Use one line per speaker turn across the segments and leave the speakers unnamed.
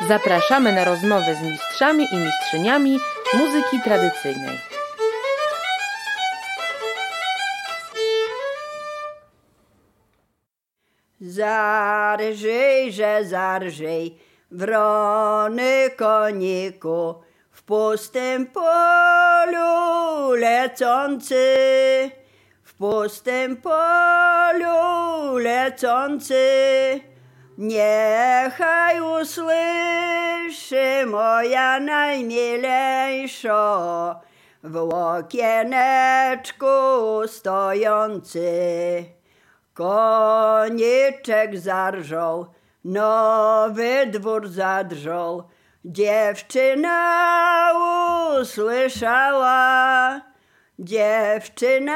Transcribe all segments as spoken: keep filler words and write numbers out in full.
Zapraszamy na rozmowę z mistrzami i mistrzyniami muzyki tradycyjnej.
Zarżyjże, zarżyj, wrony koniku, w pustym polu lecący, w pustym polu lecący. Niechaj usłyszy moja najmilejsza, w łokieneczku stojący. Koniczek zarżał, nowy dwór zadrżał, dziewczyna usłyszała, dziewczyna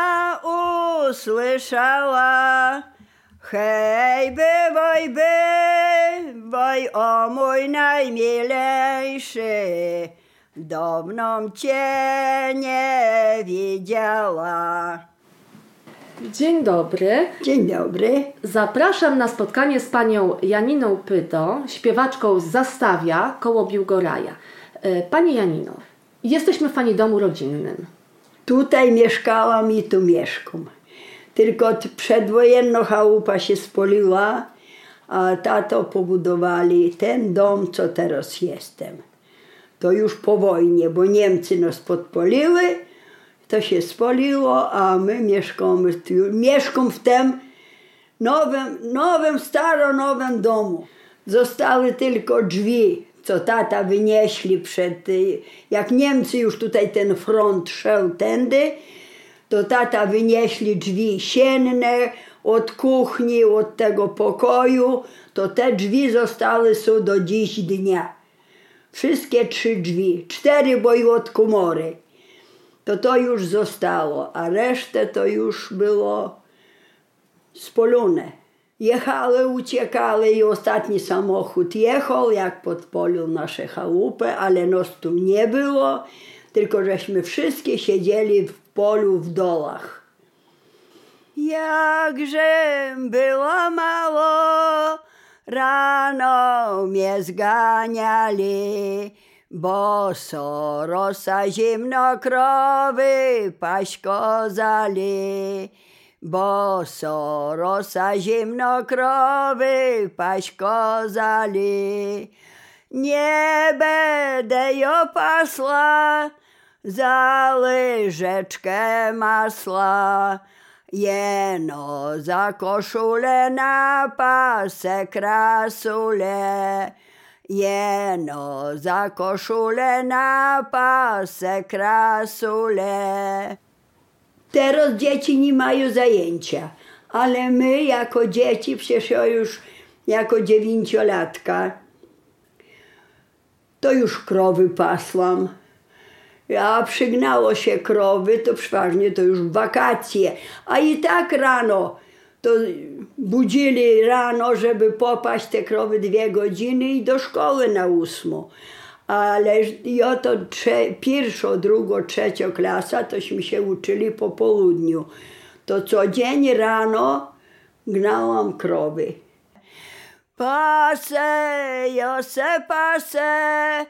usłyszała. Hej, bywaj, bywaj, o mój najmilejszy, dawno cię nie widziała.
Dzień dobry.
Dzień dobry.
Zapraszam na spotkanie z panią Janiną Pyto, śpiewaczką z Zastawia koło Biłgoraja. Pani Janino, jesteśmy w pani domu rodzinnym.
Tutaj mieszkałam i tu mieszkam. Tylko przedwojenna chałupa się spoliła, a tato pobudowali ten dom, co teraz jestem. To już po wojnie, bo Niemcy nas podpoliły, to się spoliło, a my mieszkamy, mieszkam w tym nowym, nowym, staro-nowym domu. Zostały tylko drzwi, co tata wynieśli przed, jak Niemcy już tutaj ten front szedł tędy, to tata wynieśli drzwi sienne od kuchni, od tego pokoju, to te drzwi zostały są do dziś dnia. Wszystkie trzy drzwi, cztery były od komory. To to już zostało, a resztę to już było spolone. Jechały, uciekały i ostatni samochód jechał, jak podpolił nasze chałupy, ale nas tu nie było, tylko żeśmy wszystkie siedzieli w polu w dolach. Jakże było mało, rano mnie zganiali, bo so rosa zimno krowy paść kozali, bo so rosa zimno krowy paść kozali. Nie będę jo pasła za łyżeczkę masła, jeno za koszulę na pasek krasule, jeno za koszulę na pasek krasule. Teraz dzieci nie mają zajęcia, ale my jako dzieci, przecież ja już jako dziewięciolatka, to już krowy pasłam. A przygnało się krowy, to przeważnie to już w wakacje. A i tak rano, to budzili rano, żeby popaść te krowy dwie godziny i do szkoły na ósmą. Ale ja to trze, pierwsza, druga, trzecia klasa, tośmy się uczyli po południu. To co dzień rano gnałam krowy. Pasę, ja se pasę,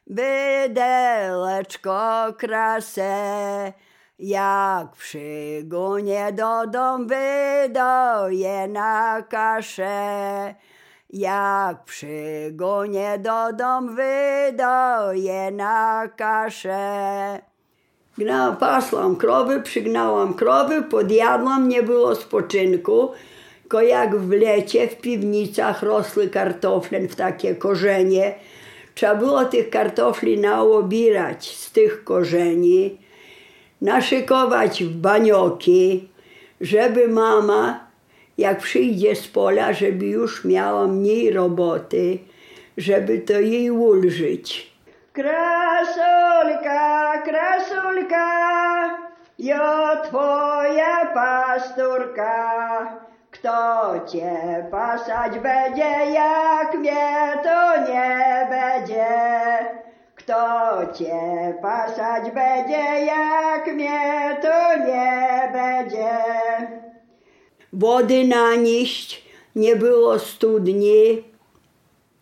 bydeleczko krasę, jak przygunie do dom wydaje na kaszę. Jak przygunie do dom wydaje na kaszę. Gna, pasłam krowy, przygnałam krowy, podjadłam, nie było spoczynku. Tylko jak w lecie w piwnicach rosły kartofle w takie korzenie, trzeba było tych kartofli naobierać z tych korzeni, naszykować w banioki, żeby mama, jak przyjdzie z pola, żeby już miała mniej roboty, żeby to jej ulżyć. Krasulka, krasulka, ja twoja pasturka. Kto cię pasać będzie, jak mnie to nie będzie? Kto cię pasać będzie, jak mnie to nie będzie? Wody nanieść, nie było studni,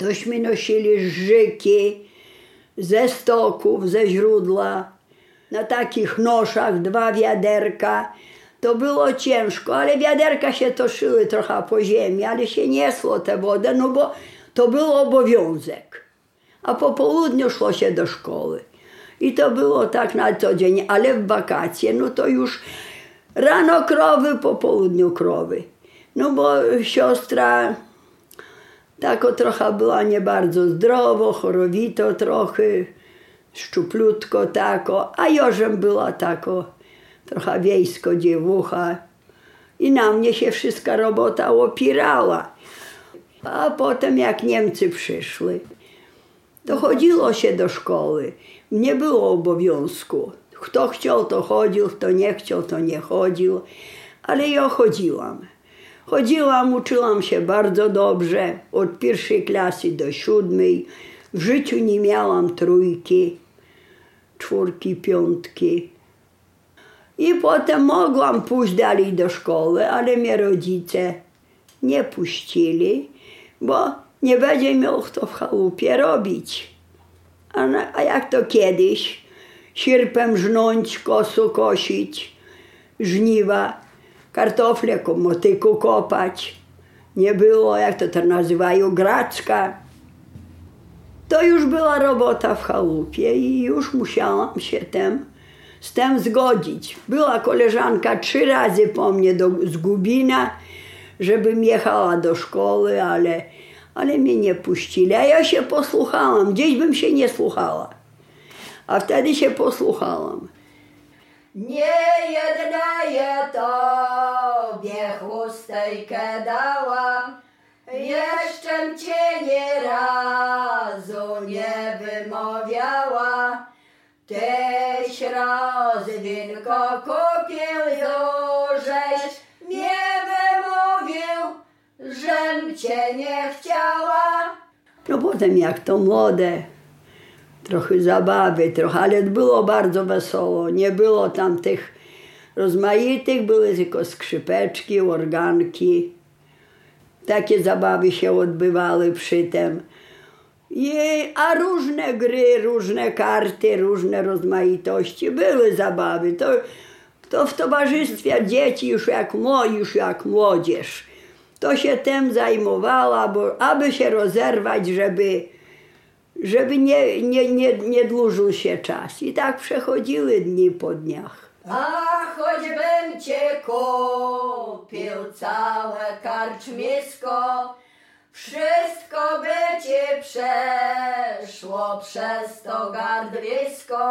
Tośmy nosili żyki ze stoków, ze źródła, na takich noszach dwa wiaderka. To było ciężko, ale wiaderka się toszyły trochę po ziemi, ale się niesło tę wodę, no bo to był obowiązek. A po południu szło się do szkoły. I to było tak na co dzień, ale w wakacje, no to już rano krowy, po południu krowy. No bo siostra tako trochę była nie bardzo zdrowo, chorowito trochę, szczuplutko tako, a Jożem była tako trochę wiejsko dziewucha. I na mnie się wszystka robota opierała. A potem jak Niemcy przyszły, to chodziło się do szkoły. Nie było obowiązku. Kto chciał, to chodził, kto nie chciał, to nie chodził. Ale ja chodziłam. Chodziłam, uczyłam się bardzo dobrze, od pierwszej klasy do siódmej. W życiu nie miałam trójki, czwórki, piątki. I potem mogłam pójść dalej do szkoły, ale mnie rodzice nie puścili, bo nie będzie miał kto w chałupie robić. A, na, a jak to kiedyś, sierpem żnąć, kosu kosić, żniwa, kartofle ku motyku kopać. Nie było, jak to teraz nazywają, gracka. To już była robota w chałupie i już musiałam się tem, z tym zgodzić. Była koleżanka trzy razy po mnie do, z Gubina, żebym jechała do szkoły, ale, ale mnie nie puścili. A ja się posłuchałam, gdzieś bym się nie słuchała. A wtedy się posłuchałam. Nie jedna je tobie chustejkę dała, jeszcze cię nie razu nie wymawiała. Tyś raz winko kupił, żeś nie wymówił, żem cię nie chciała. No potem jak to młode, trochę zabawy, trochę, ale było bardzo wesoło. Nie było tam tych rozmaitych, były tylko skrzypeczki, organki. Takie zabawy się odbywały przy tym. I, a różne gry, różne karty, różne rozmaitości. Były zabawy. To, to w towarzystwie dzieci już jak, już jak młodzież. To się tym zajmowała, bo aby się rozerwać, żeby żeby nie, nie, nie, nie dłużył się czas. I tak przechodziły dni po dniach. A choćbym cię kupił całe karczmisko, wszystko by ci przeszło przez to gardwisko,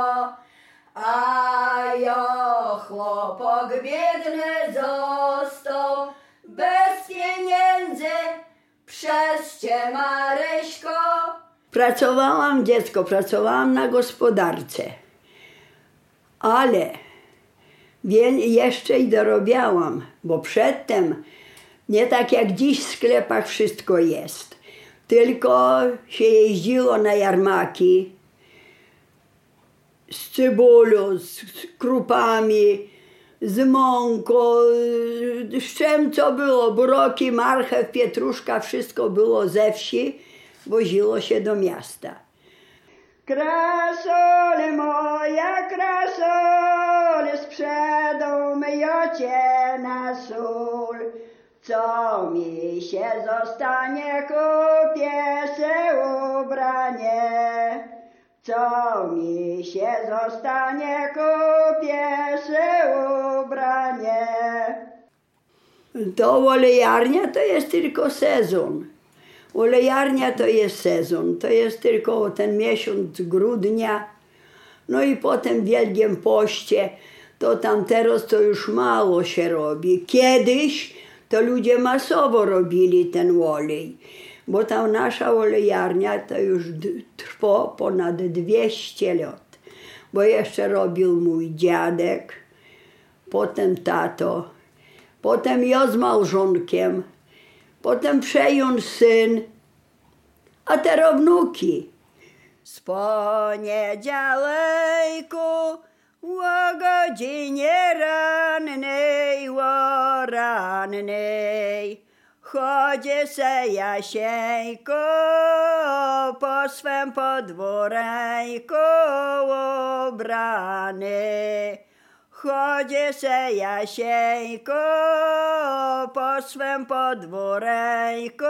a ja chłopak biedny został bez pieniędzy przez cię, Maryśko. Pracowałam, dziecko, pracowałam na gospodarce, ale jeszcze i dorobiałam, bo przedtem nie tak jak dziś w sklepach wszystko jest, tylko się jeździło na jarmaki z cebulą, z krupami, z mąką, z czym co było, buroki, marchew, pietruszka, wszystko było ze wsi. Woziło się do miasta. Krasole moja, krasole, sprzedał ja cię na sól. Co mi się zostanie, kupię se ubranie. Co mi się zostanie, kupię se ubranie. To olejarnia to jest tylko sezon. Olejarnia to jest sezon, to jest tylko ten miesiąc grudnia, no i potem w Wielkim Poście, to tam teraz to już mało się robi. Kiedyś to ludzie masowo robili ten olej, bo tam nasza olejarnia to już trwa ponad dwieście lat, bo jeszcze robił mój dziadek, potem tato, potem ja z małżonkiem, potem przejął syn, a teraz wnuki. Z poniedziałku o godzinie rannej, o rannej, Chodzi se Jasieńko po swem podwórku ubrany. Chodzi se Jasieńko po swem podwórku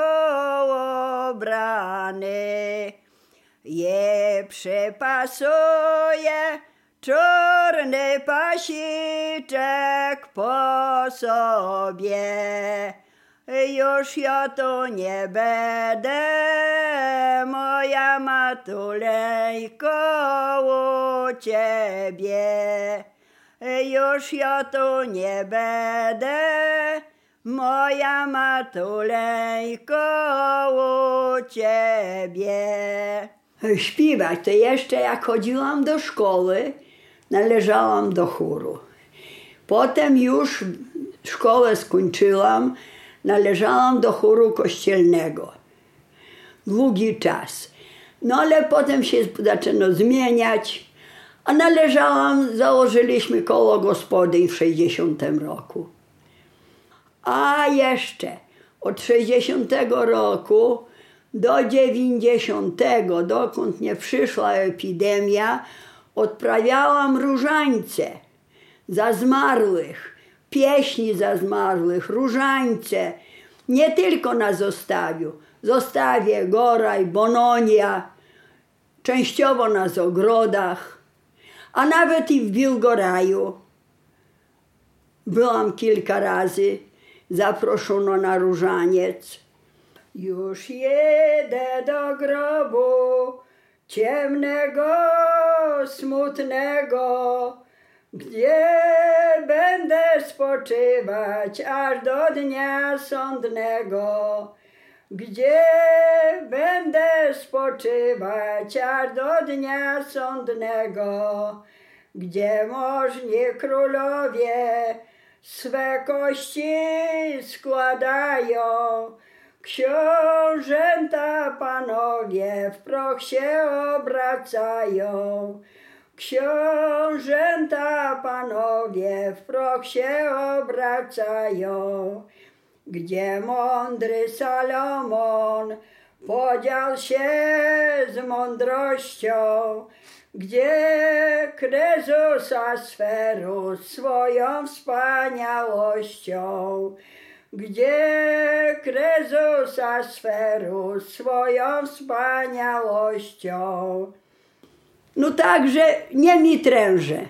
ubrany. Je przypasuje czarny pasiczek po sobie. Już ja tu nie będę, moja matuleńko, u ciebie. Już ja tu nie będę, moja matuleńko, u ciebie. Śpiewać to jeszcze jak chodziłam do szkoły, należałam do chóru. Potem już szkołę skończyłam, należałam do chóru kościelnego. Długi czas. No ale potem się zaczęto zmieniać, a należałam, założyliśmy koło gospodyń w sześćdziesiątym roku. A jeszcze od sześćdziesiątego roku do dziewięćdziesiątego, dokąd nie przyszła epidemia, odprawiałam różańce za zmarłych, pieśni za zmarłych, różańce, nie tylko na Zostawiu, Zostawie, Goraj, Bononia, częściowo na Zogrodach, a nawet i w Biłgoraju. Byłam kilka razy, zaproszono na różaniec. Już jedę do grobu ciemnego, smutnego, gdzie będę spoczywać aż do dnia sądnego. Gdzie będę spoczywać aż do dnia sądnego, gdzie możni królowie swe kości składają, książęta panowie w proch się obracają. Książęta panowie w proch się obracają. Gdzie mądry Salomon podział się z mądrością, gdzie Krezusa sferu swoją wspaniałością, gdzie Krezusa sferu swoją wspaniałością. No także nie mi tręże.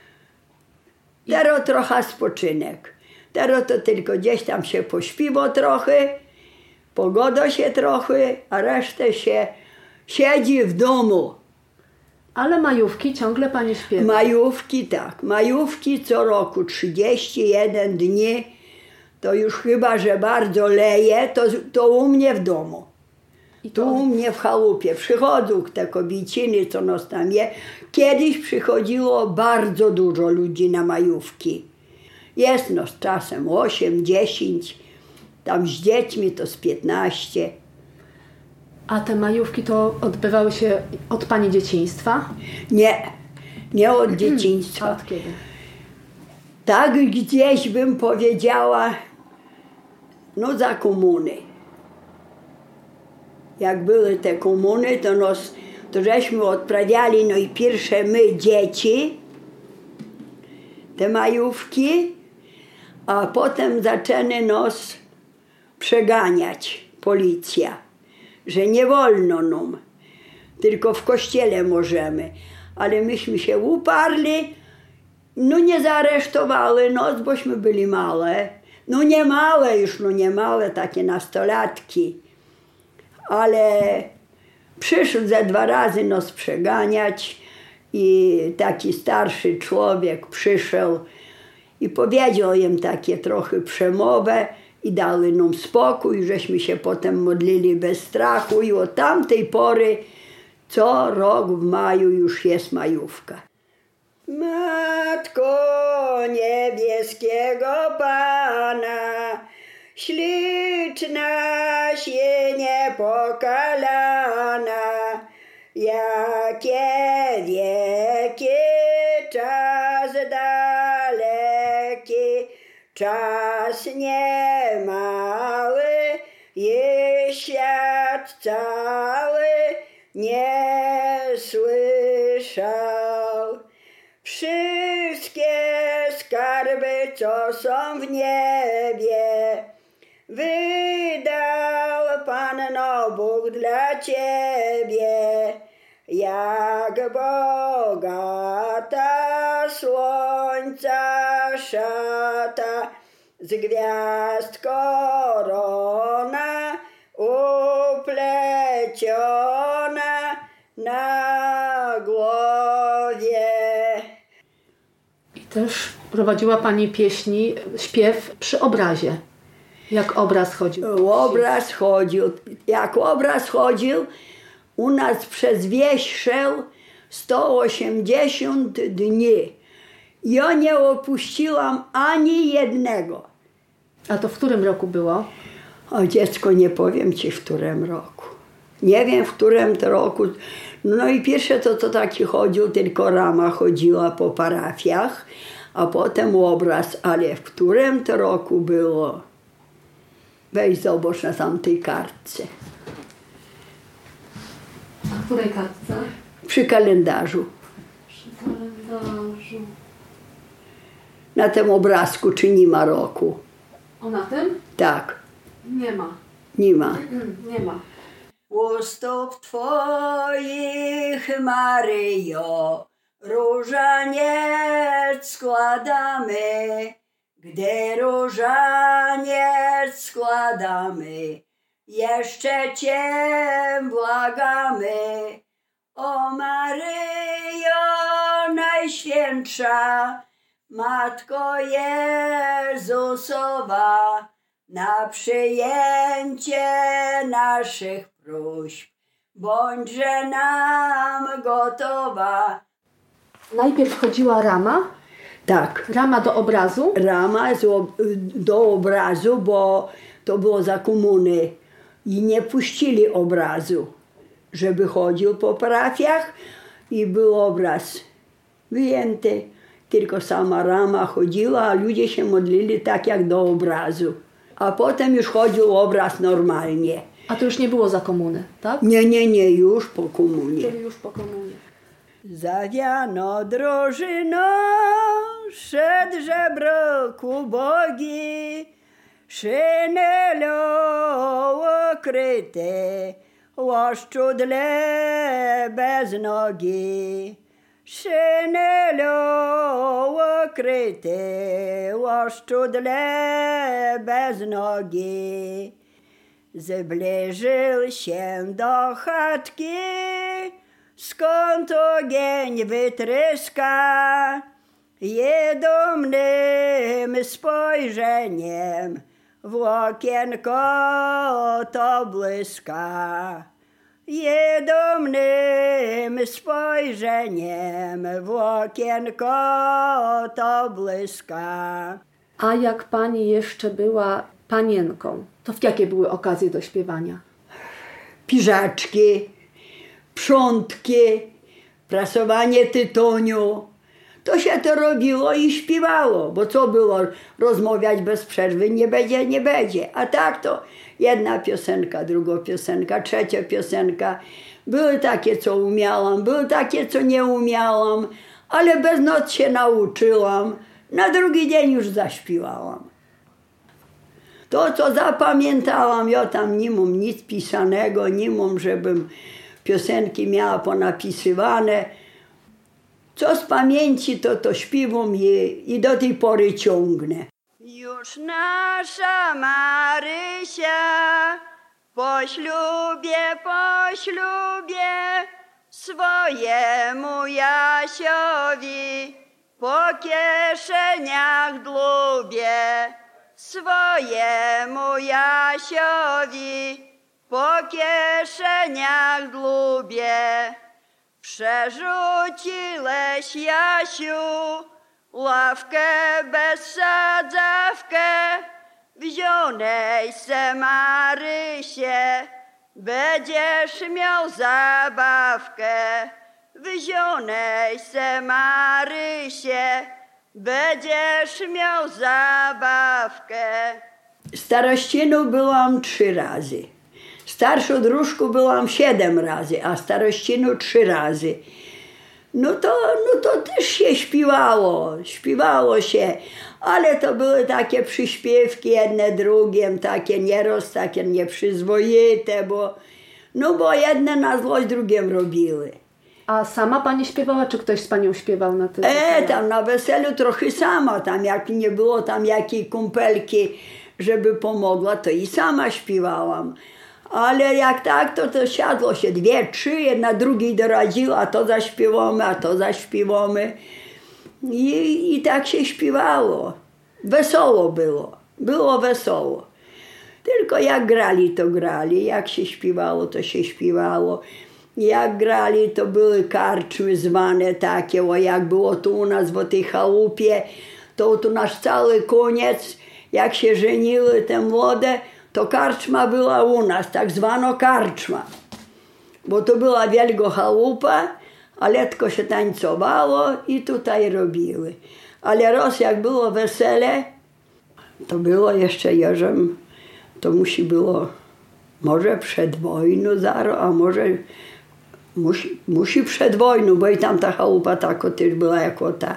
Teraz trochę spoczynek. Teraz to tylko gdzieś tam się pośpiło trochę, pogoda się trochę, a resztę się siedzi w domu.
Ale majówki ciągle pani śpiewa.
Majówki tak, majówki co roku, trzydzieści jeden dni, to już chyba, że bardzo leje, to, to u mnie w domu. I to... Tu u mnie w chałupie przychodzą te kobieciny, co nas tam je. Kiedyś przychodziło bardzo dużo ludzi na majówki. Jest nos czasem osiem, dziesięć, tam z dziećmi to z piętnaście.
A te majówki to odbywały się od pani dzieciństwa?
Nie, nie od dzieciństwa.
A od kiedy?
Tak gdzieś bym powiedziała, no za komuny. Jak były te komuny, to nos, to żeśmy odprawiali, no i pierwsze my dzieci, te majówki, a potem zaczęli nas przeganiać policja, że nie wolno nam, tylko w kościele możemy. Ale myśmy się uparli, no nie zaaresztowały nas, bośmy byli małe. No nie małe już, no nie małe, takie nastolatki. Ale przyszedł ze dwa razy nas przeganiać i taki starszy człowiek przyszedł i powiedział im takie trochę przemowę i dali nam spokój, żeśmy się potem modlili bez strachu i od tamtej pory co rok w maju już jest majówka. Matko niebieskiego Pana, śliczna się niepokalana, jakie wieki, czas daleki, czas niemały, i świat cały nie słyszał. Wszystkie skarby, co są w niebie, wydał Panno Bóg dla ciebie, jak bogata słońca szata, z gwiazd korona upleciona na głowie.
I też prowadziła Pani pieśni, śpiew przy obrazie. Jak obraz chodził?
Obraz chodził. Jak obraz chodził, u nas przez wieś szedł sto osiemdziesiąt dni. Ja nie opuściłam ani jednego.
A to w którym roku było?
O dziecko, nie powiem ci w którym roku. Nie wiem w którym to roku. No i pierwsze to, to taki chodził, tylko rama chodziła po parafiach, a potem obraz, ale w którym to roku było? Weź zobacz na tamtej kartce.
W której kartce?
Przy kalendarzu.
Przy kalendarzu.
Na tym obrazku, czy nie ma roku?
O, na tym?
Tak,
Nie ma.
nie ma.
Nie ma.
U stóp Twoich, Maryjo, różaniec składamy. Gdy różaniec składamy, jeszcze Cię błagamy. O Maryjo Najświętsza, Matko Jezusowa, na przyjęcie naszych próśb bądźże nam gotowa.
Najpierw chodziła rama.
Tak.
Rama do obrazu.
Rama do obrazu, bo to było za komuny i nie puścili obrazu, żeby chodził po parafiach i był obraz wyjęty. Tylko sama rama chodziła, a ludzie się modlili tak jak do obrazu. A potem już chodził obraz normalnie.
A to już nie było za komuny, tak?
Nie, nie, nie, już po komunie.
Czyli już po komunie.
Zawiano drużyną, szedł żebrok ubogi, szynelą okryty, łoszczudle bez nogi. Szynelą okryty, łoszczudle bez nogi. Zbliżył się do chatki, skąd ogień wytryska, jedumnym spojrzeniem w okienko to błyska. Jedumnym spojrzeniem w okienko to błyska.
A jak Pani jeszcze była panienką, to w jakie były okazje do śpiewania?
Piżaczki, przątki, prasowanie tytoniu. To się to robiło i śpiewało, bo co było rozmawiać bez przerwy, nie będzie, nie będzie. A tak to jedna piosenka, druga piosenka, trzecia piosenka. Były takie, co umiałam, były takie, co nie umiałam, ale bez noc się nauczyłam. Na drugi dzień już zaśpiewałam. To, co zapamiętałam, ja tam nie mam nic pisanego, nie mam, żebym piosenki miała ponapisywane. Co z pamięci, to to śpiewam i, i do tej pory ciągnę. Już nasza Marysia po ślubie, po ślubie swojemu Jasiowi po kieszeniach dłubie. Swojemu Jasiowi po kieszeniach dłubie. Przerzuciłeś, Jasiu, ławkę bez sadzawkę, wzionej se Marysie, będziesz miał zabawkę. Wzionej se Marysie, będziesz miał zabawkę. Starościną byłam trzy razy. Starszą dróżką byłam siedem razy, a starościną trzy razy. No to, no to też się śpiewało, śpiewało się, ale to były takie przyśpiewki jedne drugiem, takie nieroz, takie nieprzyzwoite, bo, no bo jedne na złość drugiem robiły.
A sama pani śpiewała, czy ktoś z panią śpiewał na tym?
E, tam na weselu trochę sama, tam jak nie było tam jakiej kumpelki, żeby pomogła, to i sama śpiewałam. Ale jak tak, to to siadło się dwie, trzy, jedna drugiej doradziła, a to zaśpiewamy, a to zaśpiewamy. I, I tak się śpiewało. Wesoło było. Było wesoło. Tylko jak grali, to grali. Jak się śpiewało, to się śpiewało. Jak grali, to były karczmy zwane takie, o jak było tu u nas w tej chałupie, to tu nasz cały koniec, jak się żeniły te młode, to karczma była u nas, tak zwano karczma. Bo to była wielka chałupa, a letko się tańcowało i tutaj robiły. Ale raz jak było wesele, to było jeszcze jeżem, to musi było może przed wojną zaro, a może musi, musi przed wojną, bo i tam ta chałupa tako też była jako ta.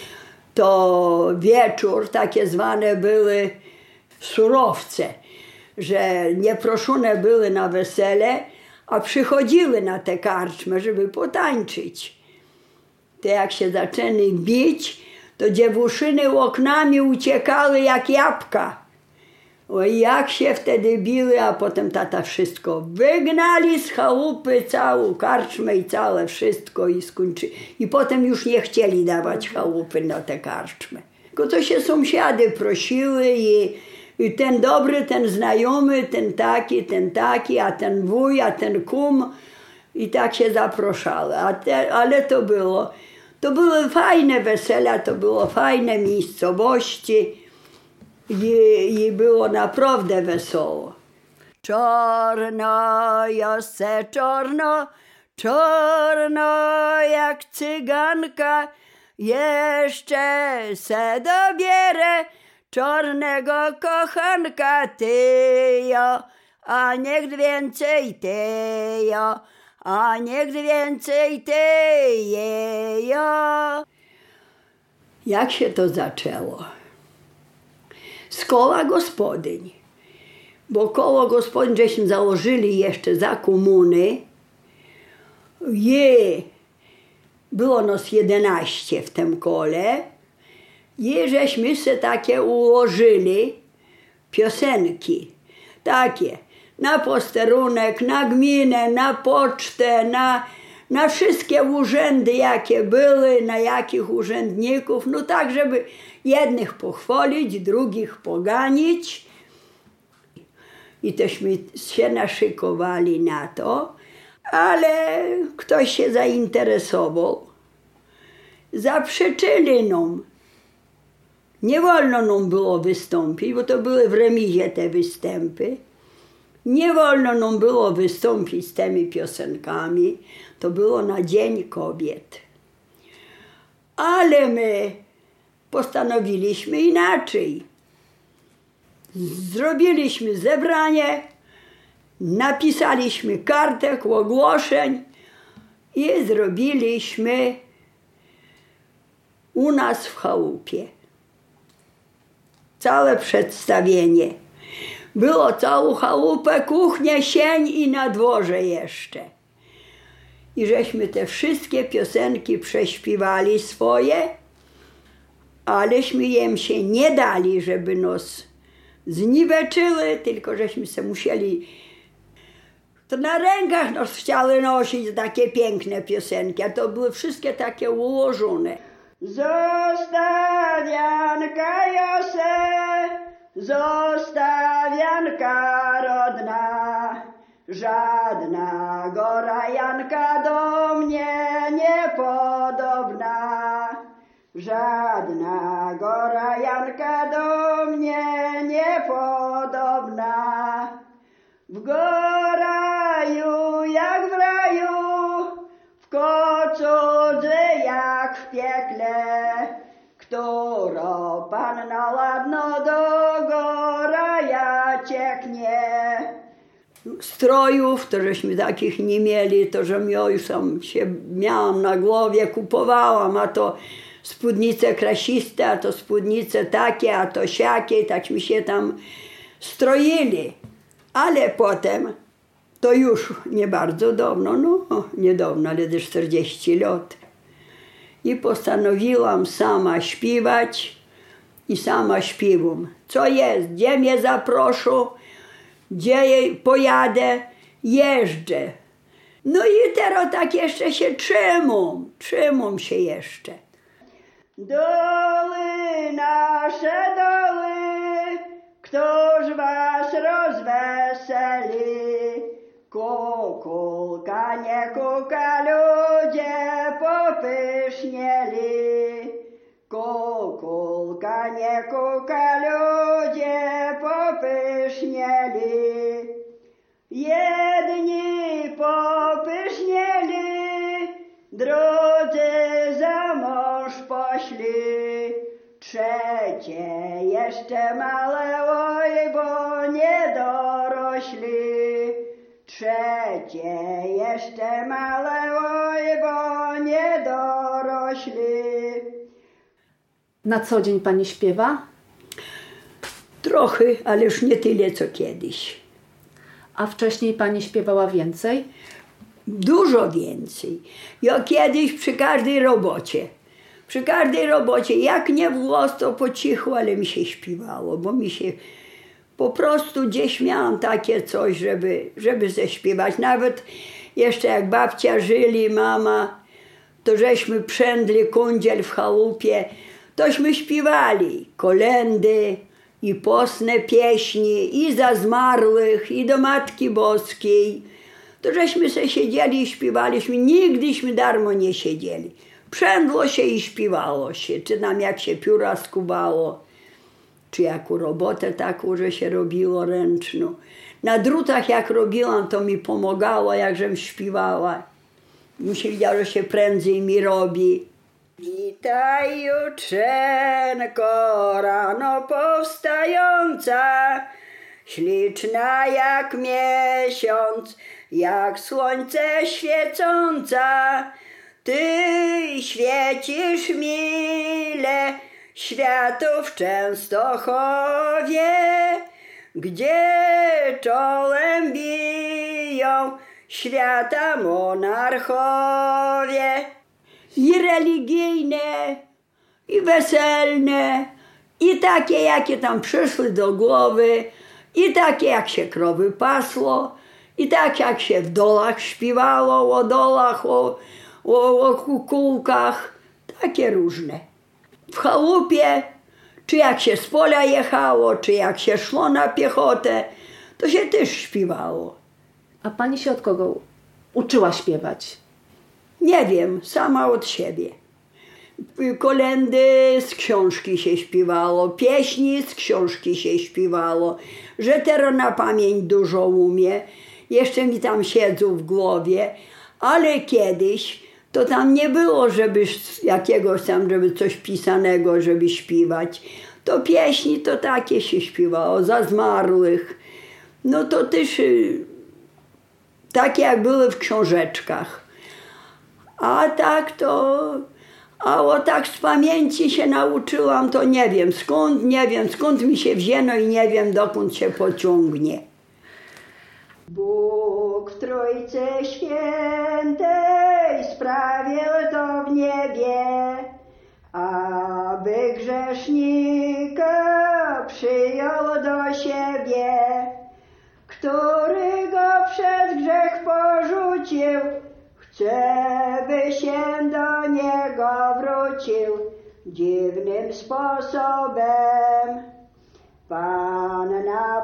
To wieczór takie zwane były surowce, że nieproszone były na wesele, a przychodziły na te karczmy, żeby potańczyć. To jak się zaczęli bić, to dziewuszyny oknami uciekały jak jabłka. Oj, jak się wtedy biły, a potem tata wszystko wygnali z chałupy, całą karczmę i całe wszystko i skończyli. I potem już nie chcieli dawać chałupy na te karczmy. Tylko to się sąsiady prosiły i, i ten dobry, ten znajomy, ten taki, ten taki, a ten wuj, a ten kum i tak się zaproszały. A te, ale to było, to były fajne wesela, to było fajne miejscowości. I, I było naprawdę wesoło. Czarno, jose czarno, czarno jak cyganka, jeszcze se dobierę czarnego kochanka tyjo, a niech więcej tyjo, a niech więcej tyjo. Jak się to zaczęło? Z koła gospodyń, bo koło gospodyń żeśmy założyli jeszcze za komuny. Je, było nas jedenaście w tym kole. Je, żeśmy se takie ułożyli piosenki, takie na posterunek, na gminę, na pocztę, na, na wszystkie urzędy, jakie były, na jakich urzędników, no tak, żeby jednych pochwalić, drugich poganić. I tośmy się naszykowali na to, ale ktoś się zainteresował. Zaprzeczyli nam. Nie wolno nam było wystąpić, bo to były w remizie te występy. Nie wolno nam było wystąpić z tymi piosenkami. To było na Dzień Kobiet. Ale my postanowiliśmy inaczej. Zrobiliśmy zebranie, napisaliśmy kartek ogłoszeń i zrobiliśmy u nas w chałupie całe przedstawienie. Było całą chałupę, kuchnię, sień i na dworze jeszcze. I żeśmy te wszystkie piosenki prześpiewali swoje, aleśmy jem się nie dali, żeby nas zniweczyły, tylko żeśmy se musieli, to na rękach nas chciały nosić takie piękne piosenki, a to były wszystkie takie ułożone. Zostawianka Jose, zostawianka rodna, żadna gorajanka do mnie niepodobna. Żadna gorajanka do mnie niepodobna. W goraju jak w raju, w kocudze jak w piekle, którą panna ładno do goraja strojów, to żeśmy takich nie mieli, to że ja już tam się miałam na głowie, kupowałam, a to spódnice krasiste, a to spódnice takie, a to siakie, takśmy się tam stroili. Ale potem, to już nie bardzo dawno, no niedawno, ale też czterdzieści lat. I postanowiłam sama śpiewać i sama śpiewam. Co jest, gdzie mnie zaproszą, gdzie pojadę, jeżdżę. No i teraz tak jeszcze się trzymam, trzymam się jeszcze. Doły nasze doły, któż was rozweseli? Kukulka nie kuka, ludzie popysznieli. Kukulka nie kuka, ludzie popysznieli. Jedni popysznieli, drudzy za mąż poszli. Trzecie jeszcze małe, oj, bo nie dorośli. Trzecie jeszcze małe, oj, bo nie dorośli.
Na co dzień pani śpiewa?
Trochę, ale już nie tyle co kiedyś.
A wcześniej pani śpiewała więcej?
Dużo więcej. Ja kiedyś przy każdej robocie, przy każdej robocie, jak nie w głos, to po cichu, ale mi się śpiewało, bo mi się po prostu gdzieś miałam takie coś, żeby, żeby zaśpiewać. Nawet jeszcze jak babcia żyli, mama, to żeśmy przędli kundziel w chałupie, tośmy śpiewali kolędy i postne pieśni, i za zmarłych, i do Matki Boskiej. To żeśmy se siedzieli i śpiewaliśmy, nigdyśmy darmo nie siedzieli. Przędło się i śpiewało się, czy nam jak się pióra skubało, czy jaką robotę taką, że się robiło ręczną. Na drutach jak robiłam, to mi pomagało, jakżem śpiewała. Musi wiedział, że się prędzej mi robi. Witaj jutrzenko, rano powstająca, śliczna jak miesiąc, jak słońce świecąca. Ty świecisz mile światów w Częstochowie, gdzie czołem biją świata monarchowie. I religijne, i weselne, i takie, jakie tam przyszły do głowy, i takie, jak się krowy pasło, i tak, jak się w dolach śpiewało, o dolach, o, o, o kukułkach, takie różne. W chałupie, czy jak się z pola jechało, czy jak się szło na piechotę, to się też śpiewało.
A pani się od kogo uczyła śpiewać?
Nie wiem, sama od siebie. Kolędy z książki się śpiewało, pieśni z książki się śpiewało, że teraz na pamięć dużo umie, jeszcze mi tam siedzą w głowie, ale kiedyś to tam nie było, żeby jakiegoś tam, żeby coś pisanego, żeby śpiewać. To pieśni to takie się śpiewało, za zmarłych. No to też takie jak były w książeczkach. A tak to, a o tak z pamięci się nauczyłam, to nie wiem skąd, nie wiem skąd mi się wzięło i nie wiem dokąd się pociągnie. Bóg w Trójcy Świętej sprawił to w niebie, aby grzesznika przyjął do siebie, który go przez grzech porzucił. Chce, by się do niego wrócił dziwnym sposobem. Panna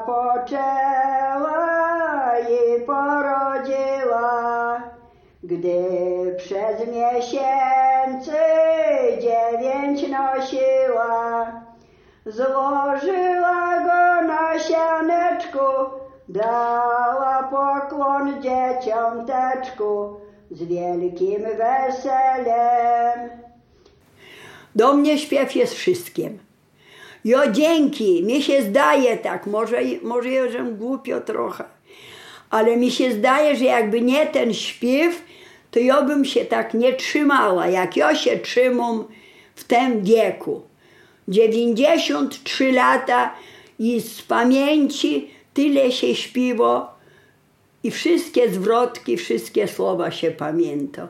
poczęła i porodziła, gdy przez miesięcy dziewięć nosiła. Złożyła go na sianeczku, dała pokłon dzieciąteczku z wielkim weselem. Do mnie śpiew jest wszystkim. Jo, dzięki, mi się zdaje tak, może, może jestem głupio trochę, Ale mi się zdaje, że jakby nie ten śpiew, to ja bym się tak nie trzymała, jak ja się trzymam w tym wieku. dziewięćdziesiąt trzy lata i z pamięci tyle się śpiło i wszystkie zwrotki, wszystkie słowa się pamięta.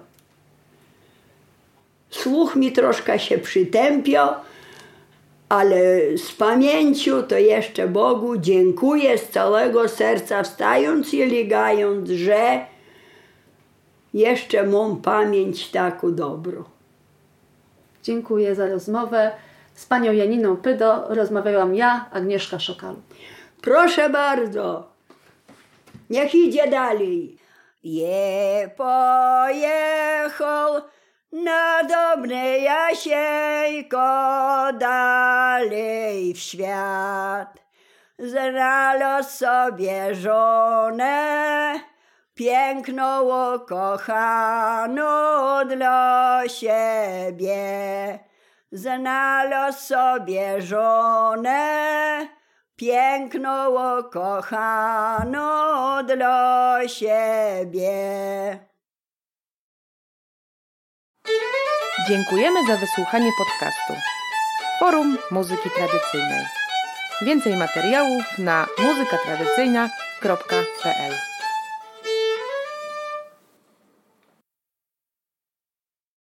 Słuch mi troszkę się przytępił, ale z pamięciu to jeszcze Bogu dziękuję z całego serca, wstając i ligając, że jeszcze mam pamięć taką dobrą.
Dziękuję za rozmowę. Z panią Janiną Pydo rozmawiałam ja, Agnieszka Szokalu.
Proszę bardzo. Niech idzie dalej. Je pojechał na dobre Jasieńko dalej w świat. Znalazł sobie żonę, piękną, kochaną dla siebie. Znalazł sobie żonę, piękną, kochaną dla siebie.
Dziękujemy za wysłuchanie podcastu Forum Muzyki Tradycyjnej. Więcej materiałów na muzyka tradycyjna kropka p l.